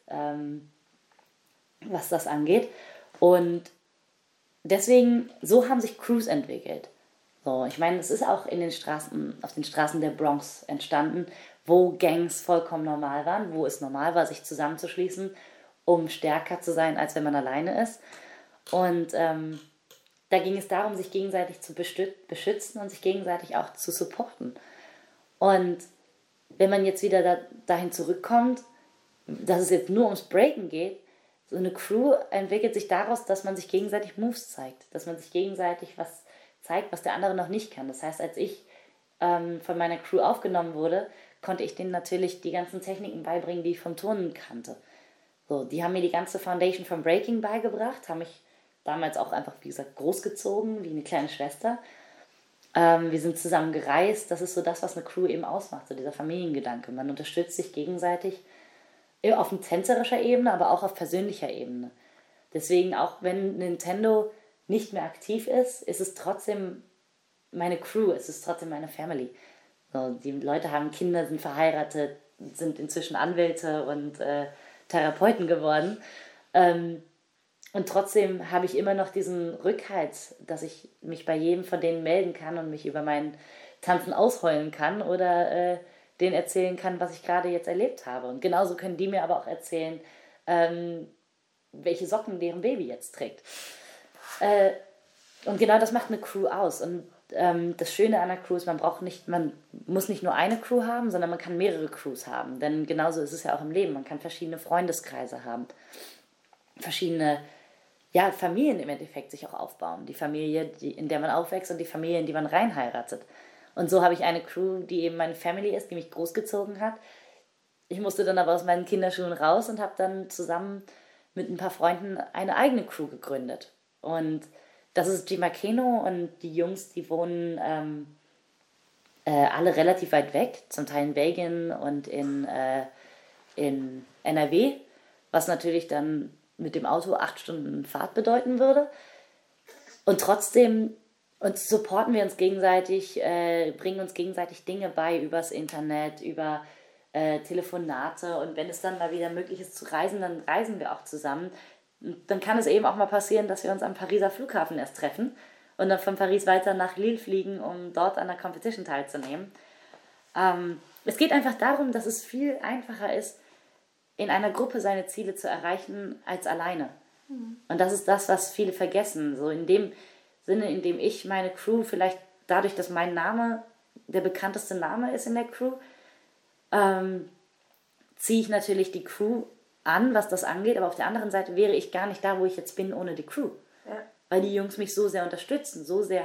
was das angeht. Und deswegen, so haben sich Crews entwickelt. So, ich meine, es ist auch auf den Straßen der Bronx entstanden, wo Gangs vollkommen normal waren, wo es normal war, sich zusammenzuschließen, um stärker zu sein, als wenn man alleine ist. Und da ging es darum, sich gegenseitig zu beschützen und sich gegenseitig auch zu supporten. Und wenn man jetzt wieder dahin zurückkommt, dass es jetzt nur ums Breaken geht, so eine Crew entwickelt sich daraus, dass man sich gegenseitig Moves zeigt, dass man sich gegenseitig was zeigt, was der andere noch nicht kann. Das heißt, als ich von meiner Crew aufgenommen wurde, konnte ich denen natürlich die ganzen Techniken beibringen, die ich vom Turnen kannte. So, die haben mir die ganze Foundation vom Breaking beigebracht, haben mich damals auch einfach, wie gesagt, großgezogen, wie eine kleine Schwester. Wir sind zusammen gereist. Das ist so das, was eine Crew eben ausmacht, so dieser Familiengedanke. Man unterstützt sich gegenseitig auf tänzerischer Ebene, aber auch auf persönlicher Ebene. Deswegen, auch wenn Nintendo nicht mehr aktiv ist, ist es trotzdem meine Crew, es ist trotzdem meine Family. So, die Leute haben Kinder, sind verheiratet, sind inzwischen Anwälte und Therapeuten geworden. Und trotzdem habe ich immer noch diesen Rückhalt, dass ich mich bei jedem von denen melden kann und mich über mein Tanzen ausheulen kann oder denen erzählen kann, was ich gerade jetzt erlebt habe. Und genauso können die mir aber auch erzählen, welche Socken deren Baby jetzt trägt. Und genau das macht eine Crew aus. Und das Schöne an einer Crew ist, man muss nicht nur eine Crew haben, sondern man kann mehrere Crews haben. Denn genauso ist es ja auch im Leben. Man kann verschiedene Freundeskreise haben, verschiedene Familien im Endeffekt sich auch aufbauen. Die Familie, in der man aufwächst und die Familie, in die man reinheiratet. Und so habe ich eine Crew, die eben meine Family ist, die mich großgezogen hat. Ich musste dann aber aus meinen Kinderschuhen raus und habe dann zusammen mit ein paar Freunden eine eigene Crew gegründet. Und das ist G Makeno und die Jungs, die wohnen alle relativ weit weg, zum Teil in Belgien und in NRW, was natürlich dann mit dem Auto 8 Stunden Fahrt bedeuten würde. Und trotzdem supporten wir uns gegenseitig, bringen uns gegenseitig Dinge bei übers Internet, über Telefonate. Und wenn es dann mal wieder möglich ist zu reisen, dann reisen wir auch zusammen. Und dann kann es eben auch mal passieren, dass wir uns am Pariser Flughafen erst treffen und dann von Paris weiter nach Lille fliegen, um dort an der Competition teilzunehmen. Es geht einfach darum, dass es viel einfacher ist, in einer Gruppe seine Ziele zu erreichen, als alleine. Und das ist das, was viele vergessen. So in dem Sinne, in dem ich meine Crew, vielleicht dadurch, dass mein Name der bekannteste Name ist in der Crew, ziehe ich natürlich die Crew an, was das angeht, aber auf der anderen Seite wäre ich gar nicht da, wo ich jetzt bin, ohne die Crew. Ja. Weil die Jungs mich so sehr unterstützen, so sehr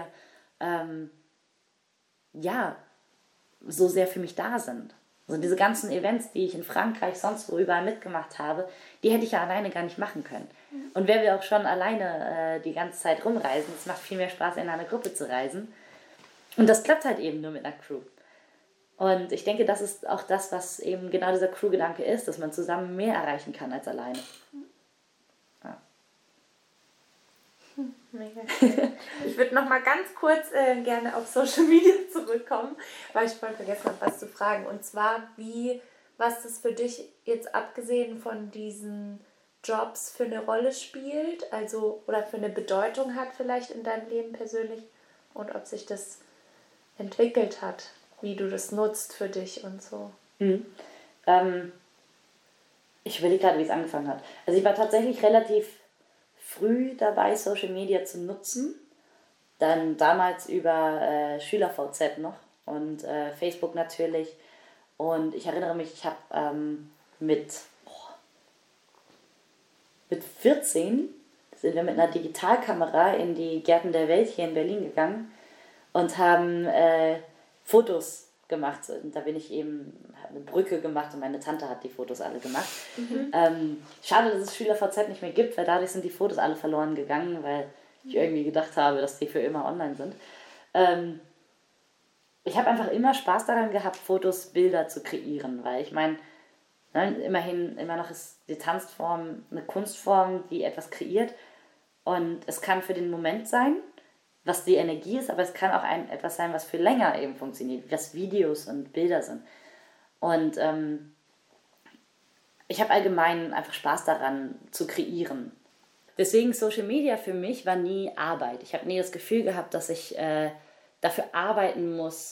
so sehr für mich da sind. Also diese ganzen Events, die ich in Frankreich, sonst wo überall mitgemacht habe, die hätte ich ja alleine gar nicht machen können. Und wer will auch schon alleine die ganze Zeit rumreisen? Es macht viel mehr Spaß, in einer Gruppe zu reisen. Und das klappt halt eben nur mit einer Crew. Und ich denke, das ist auch das, was eben genau dieser Crew-Gedanke ist, dass man zusammen mehr erreichen kann als alleine. Ja. Mega cool. Ich würde noch mal ganz kurz gerne auf Social Media zurückkommen, weil ich vorhin vergessen habe, was zu fragen. Und zwar, was das für dich jetzt abgesehen von diesen Jobs für eine Rolle spielt, also oder für eine Bedeutung hat vielleicht in deinem Leben persönlich und ob sich das entwickelt hat, wie du das nutzt für dich und so. Ich überlege gerade, wie es angefangen hat. Also ich war tatsächlich relativ früh dabei, Social Media zu nutzen. Dann damals über SchülerVZ noch und Facebook natürlich. Und ich erinnere mich, ich habe mit 14 sind wir mit einer Digitalkamera in die Gärten der Welt hier in Berlin gegangen und haben Fotos gemacht. Und da bin ich eben, habe eine Brücke gemacht und meine Tante hat die Fotos alle gemacht. Schade, dass es SchülerVZ nicht mehr gibt, weil dadurch sind die Fotos alle verloren gegangen, weil ich irgendwie gedacht habe, dass die für immer online sind. Ich habe einfach immer Spaß daran gehabt, Fotos, Bilder zu kreieren, weil ich meine, immerhin, immer noch ist die Tanzform eine Kunstform, die etwas kreiert und es kann für den Moment sein, was die Energie ist, aber es kann auch etwas sein, was für länger eben funktioniert, was Videos und Bilder sind. Und ich habe allgemein einfach Spaß daran zu kreieren. Deswegen Social Media für mich war nie Arbeit. Ich habe nie das Gefühl gehabt, dass ich dafür arbeiten muss,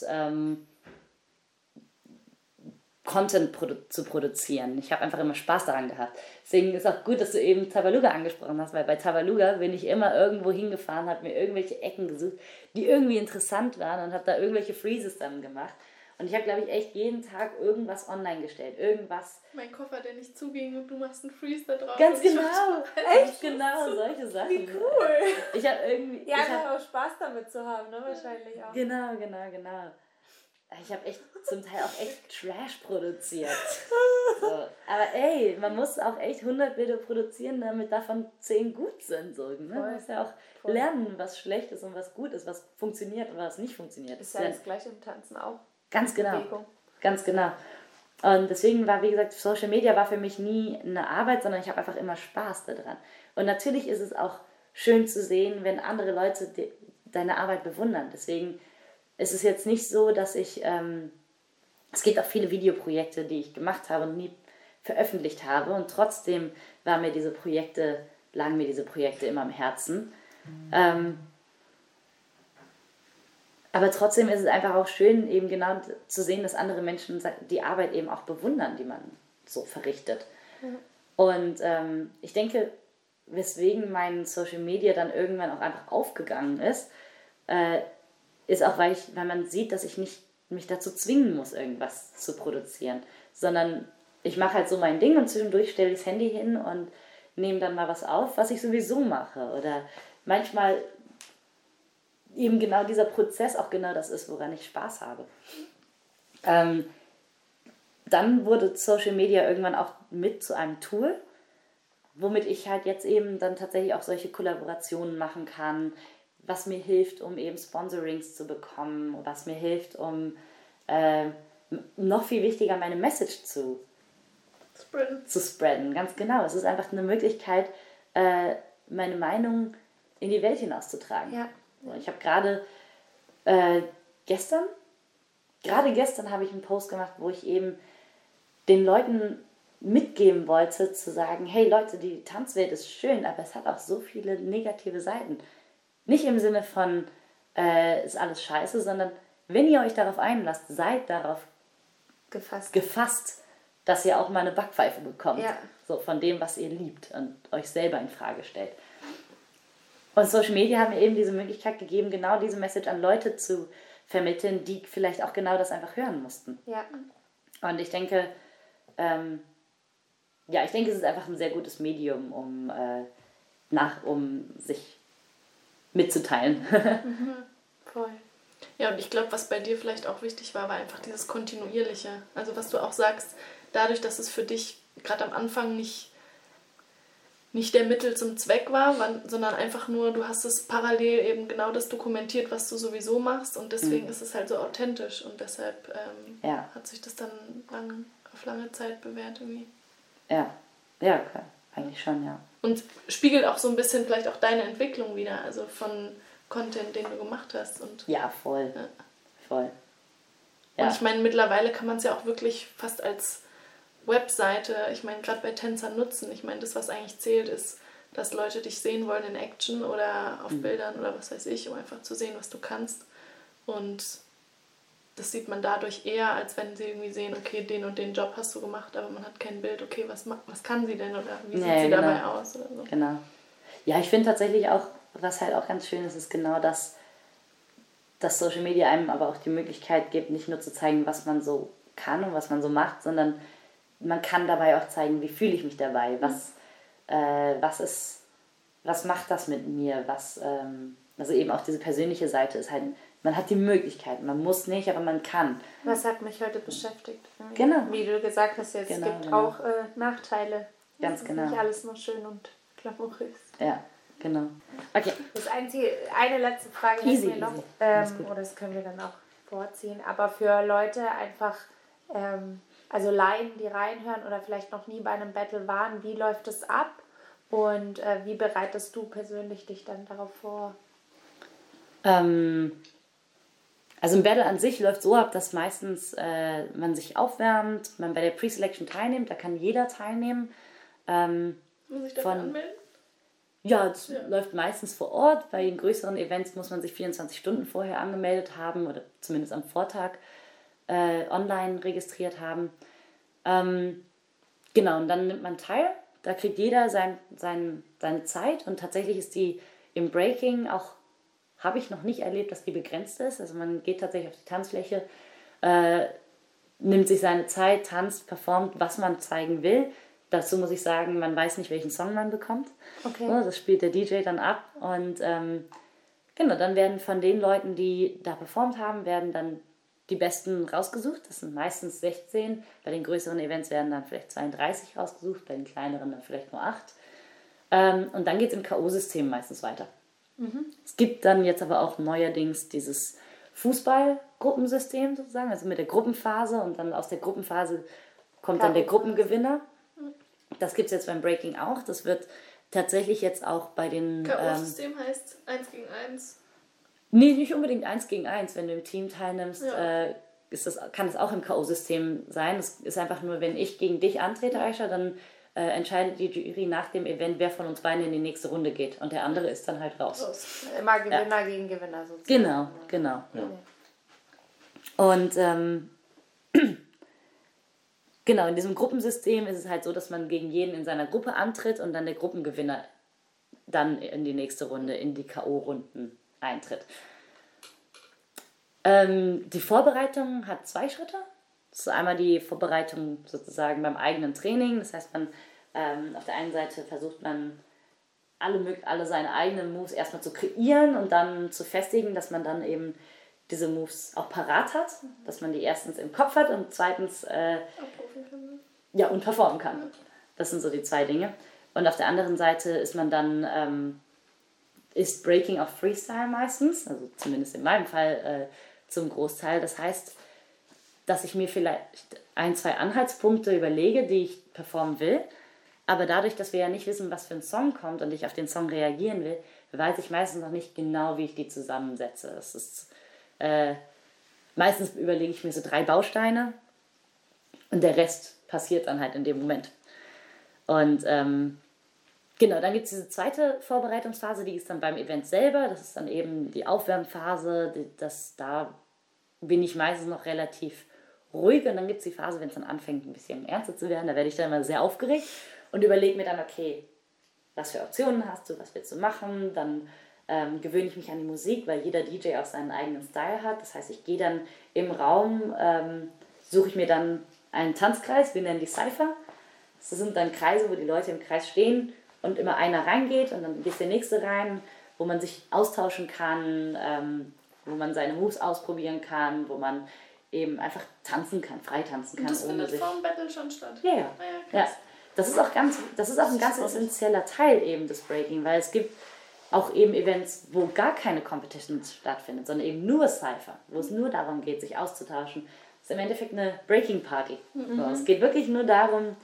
Content zu produzieren. Ich habe einfach immer Spaß daran gehabt. Deswegen ist auch gut, dass du eben Tabaluga angesprochen hast, weil bei Tabaluga bin ich immer irgendwo hingefahren, habe mir irgendwelche Ecken gesucht, die irgendwie interessant waren und habe da irgendwelche Freezes dann gemacht. Und ich habe, glaube ich, echt jeden Tag irgendwas online gestellt. Irgendwas. Mein Koffer, der nicht zuging und du machst einen Freeze da drauf. Ganz genau. Echt genau, solche Sachen. Wie cool. Ich habe irgendwie... Ja, einfach auch Spaß damit zu haben, ne? Wahrscheinlich auch. Genau. Ich habe echt zum Teil auch echt Trash produziert. So. Aber ey, man muss auch echt 100 Bilder produzieren, damit davon 10 gut sind. So, ne? Man muss ja auch lernen, was schlecht ist und was gut ist, was funktioniert und was nicht funktioniert. Ist ja das Gleiche im Tanzen auch. Ganz genau. Bewegung. Ganz genau. Und deswegen war, wie gesagt, Social Media war für mich nie eine Arbeit, sondern ich habe einfach immer Spaß daran. Und natürlich ist es auch schön zu sehen, wenn andere Leute deine Arbeit bewundern. Deswegen ist es jetzt nicht so, dass ich... es gibt auch viele Videoprojekte, die ich gemacht habe und nie veröffentlicht habe. Und trotzdem lagen mir diese Projekte immer am Herzen. Aber trotzdem ist es einfach auch schön, eben genau zu sehen, dass andere Menschen die Arbeit eben auch bewundern, die man so verrichtet. Mhm. Und ich denke, weswegen mein Social Media dann irgendwann auch einfach aufgegangen ist, ist auch, weil man sieht, dass ich nicht mich dazu zwingen muss, irgendwas zu produzieren, sondern ich mache halt so mein Ding und zwischendurch stelle ich das Handy hin und nehme dann mal was auf, was ich sowieso mache. Oder manchmal eben genau dieser Prozess auch genau das ist, woran ich Spaß habe. Dann wurde Social Media irgendwann auch mit zu einem Tool, womit ich halt jetzt eben dann tatsächlich auch solche Kollaborationen machen kann, was mir hilft, um eben Sponsorings zu bekommen, was mir hilft, um noch viel wichtiger meine Message zu spreaden. Ganz genau. Es ist einfach eine Möglichkeit, meine Meinung in die Welt hinauszutragen. Ja. Ich habe gerade gestern habe ich einen Post gemacht, wo ich eben den Leuten mitgeben wollte, zu sagen, hey Leute, die Tanzwelt ist schön, aber es hat auch so viele negative Seiten. Nicht im Sinne von, ist alles scheiße, sondern wenn ihr euch darauf einlasst, seid darauf gefasst, dass ihr auch mal eine Backpfeife bekommt. Ja. So von dem, was ihr liebt und euch selber in Frage stellt. Und Social Media hat mir eben diese Möglichkeit gegeben, genau diese Message an Leute zu vermitteln, die vielleicht auch genau das einfach hören mussten. Ja. Und ich denke, es ist einfach ein sehr gutes Medium, um sich mitzuteilen. Voll. Ja, und ich glaube, was bei dir vielleicht auch wichtig war einfach dieses Kontinuierliche. Also was du auch sagst, dadurch, dass es für dich gerade am Anfang nicht der Mittel zum Zweck war, sondern einfach nur, du hast es parallel eben genau das dokumentiert, was du sowieso machst und deswegen ist es halt so authentisch und deshalb hat sich das dann auf lange Zeit bewährt irgendwie. Ja, klar. Eigentlich schon, ja. Und spiegelt auch so ein bisschen vielleicht auch deine Entwicklung wieder, also von Content, den du gemacht hast. Und, ja, voll. Ja. Voll. Ja. Und ich meine, mittlerweile kann man es ja auch wirklich fast als Webseite, ich meine, gerade bei Tänzern nutzen. Ich meine, das, was eigentlich zählt, ist, dass Leute dich sehen wollen in Action oder auf Bildern oder was weiß ich, um einfach zu sehen, was du kannst. Und das sieht man dadurch eher, als wenn sie irgendwie sehen, okay, den und den Job hast du gemacht, aber man hat kein Bild, okay, was kann sie denn oder wie sieht sie dabei aus oder so. Genau. Ja, ich finde tatsächlich auch, was halt auch ganz schön ist, ist genau das, dass Social Media einem aber auch die Möglichkeit gibt, nicht nur zu zeigen, was man so kann und was man so macht, sondern man kann dabei auch zeigen, wie fühle ich mich dabei, was macht das mit mir, also eben auch diese persönliche Seite ist halt, man hat die Möglichkeit, man muss nicht, aber man kann. Was hat mich heute beschäftigt? Genau. Wie du gesagt hast, es gibt auch Nachteile. Ganz genau. Nicht alles nur schön und glamourös. Ja, genau. Okay. Eine letzte Frage ist mir noch, oder das können wir dann auch vorziehen, aber für Leute einfach, also Laien, die reinhören oder vielleicht noch nie bei einem Battle waren, wie läuft es ab und wie bereitest du persönlich dich dann darauf vor? Also ein Battle an sich läuft so ab, dass meistens man sich aufwärmt, man bei der Pre-Selection teilnimmt, da kann jeder teilnehmen. Muss ich dafür anmelden? Ja, das läuft meistens vor Ort. Bei den größeren Events muss man sich 24 Stunden vorher angemeldet haben oder zumindest am Vortag online registriert haben. Genau, und dann nimmt man teil. Da kriegt jeder seine Zeit und tatsächlich ist die im Breaking auch, habe ich noch nicht erlebt, dass die begrenzt ist. Also man geht tatsächlich auf die Tanzfläche, nimmt sich seine Zeit, tanzt, performt, was man zeigen will. Dazu muss ich sagen, man weiß nicht, welchen Song man bekommt. Okay. Das spielt der DJ dann ab. Und genau, dann werden von den Leuten, die da performt haben, werden dann die Besten rausgesucht. Das sind meistens 16. Bei den größeren Events werden dann vielleicht 32 rausgesucht, bei den kleineren dann vielleicht nur 8. Und dann geht es im K.O.-System meistens weiter. Es gibt dann jetzt aber auch neuerdings dieses Fußballgruppensystem sozusagen, also mit der Gruppenphase, und dann aus der Gruppenphase kommt dann der Gruppengewinner. Das gibt es jetzt beim Breaking auch. Das wird tatsächlich jetzt auch bei den... K.O.-System heißt 1 gegen 1? Nee, nicht unbedingt 1 gegen 1. Wenn du im Team teilnimmst, Ja. Kann es auch im K.O.-System sein. Es ist einfach nur, wenn ich gegen dich antrete, Aisha, dann entscheidet die Jury nach dem Event, wer von uns beiden in die nächste Runde geht. Und der andere ist dann halt raus. Immer Gewinner gegen Gewinner sozusagen. Genau. Ja. Und genau, in diesem Gruppensystem ist es halt so, dass man gegen jeden in seiner Gruppe antritt und dann der Gruppengewinner dann in die nächste Runde, in die K.O.-Runden eintritt. Die Vorbereitung hat 2 Schritte. Das ist einmal die Vorbereitung sozusagen beim eigenen Training. Das heißt, man auf der einen Seite versucht man alle seine eigenen Moves erstmal zu kreieren und dann zu festigen, dass man dann eben diese Moves auch parat hat, dass man die erstens im Kopf hat und zweitens und performen kann. Das sind so die 2 Dinge. Und auf der anderen Seite ist man dann ist Breaking auch Freestyle meistens, also zumindest in meinem Fall zum Großteil. Das heißt, dass ich mir vielleicht 1, 2 Anhaltspunkte überlege, die ich performen will, aber dadurch, dass wir ja nicht wissen, was für ein Song kommt und ich auf den Song reagieren will, weiß ich meistens noch nicht genau, wie ich die zusammensetze. Das ist, meistens überlege ich mir so 3 Bausteine und der Rest passiert dann halt in dem Moment. Und genau, dann gibt es diese zweite Vorbereitungsphase, die ist dann beim Event selber. Das ist dann eben die Aufwärmphase. Da bin ich meistens noch relativ ruhig. Und dann gibt es die Phase, wenn es dann anfängt, ein bisschen ernster zu werden. Da werde ich dann immer sehr aufgeregt und überlege mir dann, okay, was für Optionen hast du, was willst du machen? Dann gewöhne ich mich an die Musik, weil jeder DJ auch seinen eigenen Style hat. Das heißt, ich gehe dann im Raum, suche ich mir dann einen Tanzkreis, wir nennen die Cypher. Das sind dann Kreise, wo die Leute im Kreis stehen und immer einer reingeht und dann geht der nächste rein, wo man sich austauschen kann, wo man seine Moves ausprobieren kann, wo man eben einfach tanzen kann, frei tanzen kann. Und das findet vor dem Battle schon statt? Ja. Das ist auch ein ganz essentieller Teil eben des Breaking, weil es gibt auch eben Events, wo gar keine Competition stattfindet, sondern eben nur Cypher, wo es nur darum geht, sich auszutauschen. Das ist im Endeffekt eine Breaking Party. So, es geht wirklich nur darum,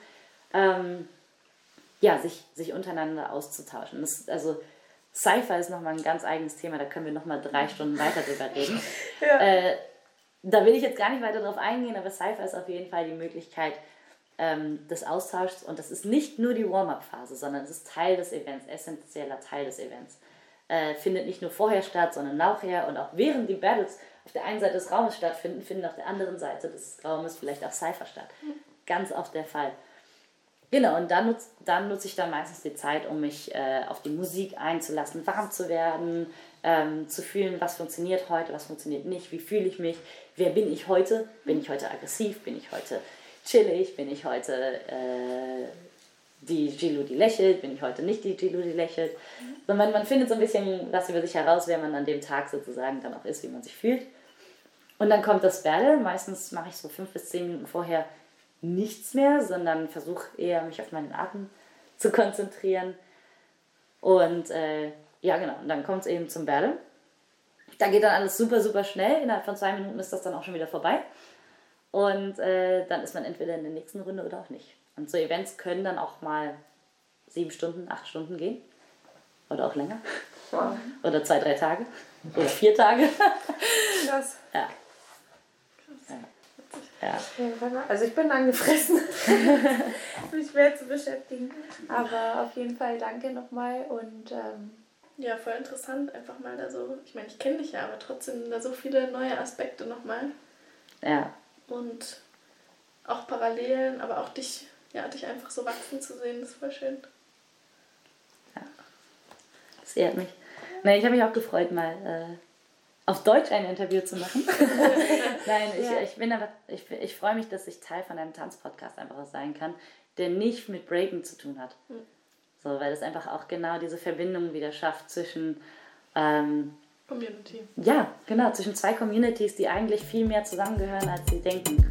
sich untereinander auszutauschen. Cypher ist nochmal ein ganz eigenes Thema, da können wir nochmal 3 Stunden weiter drüber reden. Da will ich jetzt gar nicht weiter drauf eingehen, aber Cypher ist auf jeden Fall die Möglichkeit des Austauschs, und das ist nicht nur die Warm-up-Phase, sondern es ist Teil des Events, essentieller Teil des Events. Findet nicht nur vorher statt, sondern nachher, und auch während die Battles auf der einen Seite des Raumes stattfinden, finden auf der anderen Seite des Raumes vielleicht auch Cypher statt. Ganz oft der Fall. Genau, und dann nutze ich dann meistens die Zeit, um mich auf die Musik einzulassen, warm zu werden, zu fühlen, was funktioniert heute, was funktioniert nicht, wie fühle ich mich, wer bin ich heute? Bin ich heute aggressiv? Bin ich heute chillig? Bin ich heute die Jilu, die lächelt? Bin ich heute nicht die Jilu, die lächelt? So, man findet so ein bisschen was über sich heraus, wer man an dem Tag sozusagen dann auch ist, wie man sich fühlt. Und dann kommt das Battle. Meistens mache ich so 5 bis 10 Minuten vorher nichts mehr, sondern versuche eher, mich auf meinen Atem zu konzentrieren. Und genau, und dann kommt es eben zum Battle. Da geht dann alles super, super schnell. Innerhalb von 2 Minuten ist das dann auch schon wieder vorbei. Und dann ist man entweder in der nächsten Runde oder auch nicht. Und so Events können dann auch mal 7 Stunden, 8 Stunden gehen. Oder auch länger. Wow. Oder 2, 3 Tage. Oder 4 Tage. Krass. Ja. Also ich bin angefressen, mich schwer zu beschäftigen. Aber auf jeden Fall danke nochmal und ja, voll interessant, einfach mal da so, ich meine, ich kenne dich ja, aber trotzdem da so viele neue Aspekte nochmal. Ja. Und auch Parallelen, aber auch dich einfach so wachsen zu sehen, das ist voll schön. Ja. Das ehrt mich. Nee, ich habe mich auch gefreut, mal auf Deutsch ein Interview zu machen. Nein, ich freue mich, dass ich Teil von einem Tanzpodcast einfach auch sein kann, der nicht mit Breaken zu tun hat. So, weil es einfach auch genau diese Verbindung wieder schafft zwischen Community. Ja, genau, zwischen zwei Communities, die eigentlich viel mehr zusammengehören, als sie denken.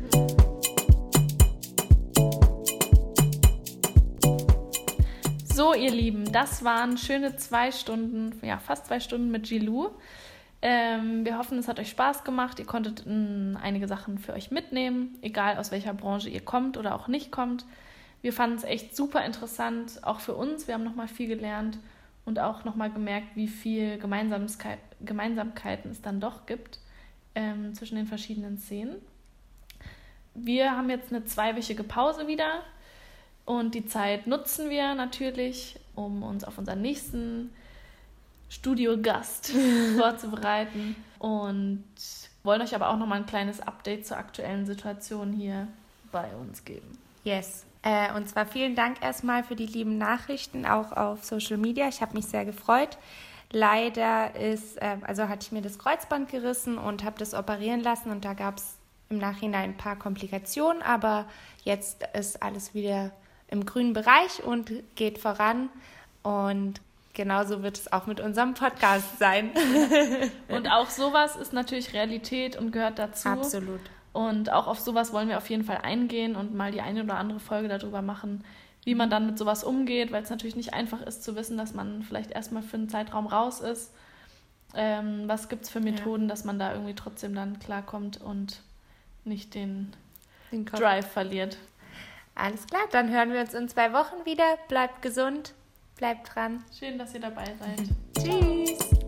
So, ihr Lieben, das waren schöne 2 Stunden, ja, fast 2 Stunden mit Jilou. Wir hoffen, es hat euch Spaß gemacht. Ihr konntet einige Sachen für euch mitnehmen, egal aus welcher Branche ihr kommt oder auch nicht kommt. Wir fanden es echt super interessant, auch für uns. Wir haben nochmal viel gelernt und auch nochmal gemerkt, wie viel Gemeinsamkeiten es dann doch gibt zwischen den verschiedenen Szenen. Wir haben jetzt eine 2-wöchige Pause wieder und die Zeit nutzen wir natürlich, um uns auf unseren nächsten Studiogast vorzubereiten und wollen euch aber auch nochmal ein kleines Update zur aktuellen Situation hier bei uns geben. Yes. Und zwar vielen Dank erstmal für die lieben Nachrichten, auch auf Social Media. Ich habe mich sehr gefreut. Leider hatte ich mir das Kreuzband gerissen und habe das operieren lassen und da gab es im Nachhinein ein paar Komplikationen, aber jetzt ist alles wieder im grünen Bereich und geht voran und genauso wird es auch mit unserem Podcast sein. Und auch sowas ist natürlich Realität und gehört dazu. Absolut. Und auch auf sowas wollen wir auf jeden Fall eingehen und mal die eine oder andere Folge darüber machen, wie man dann mit sowas umgeht, weil es natürlich nicht einfach ist zu wissen, dass man vielleicht erstmal für einen Zeitraum raus ist. Was gibt es für Methoden, dass man da irgendwie trotzdem dann klarkommt und nicht den Drive verliert. Alles klar, dann hören wir uns in 2 Wochen wieder. Bleibt gesund, bleibt dran. Schön, dass ihr dabei seid. Tschüss.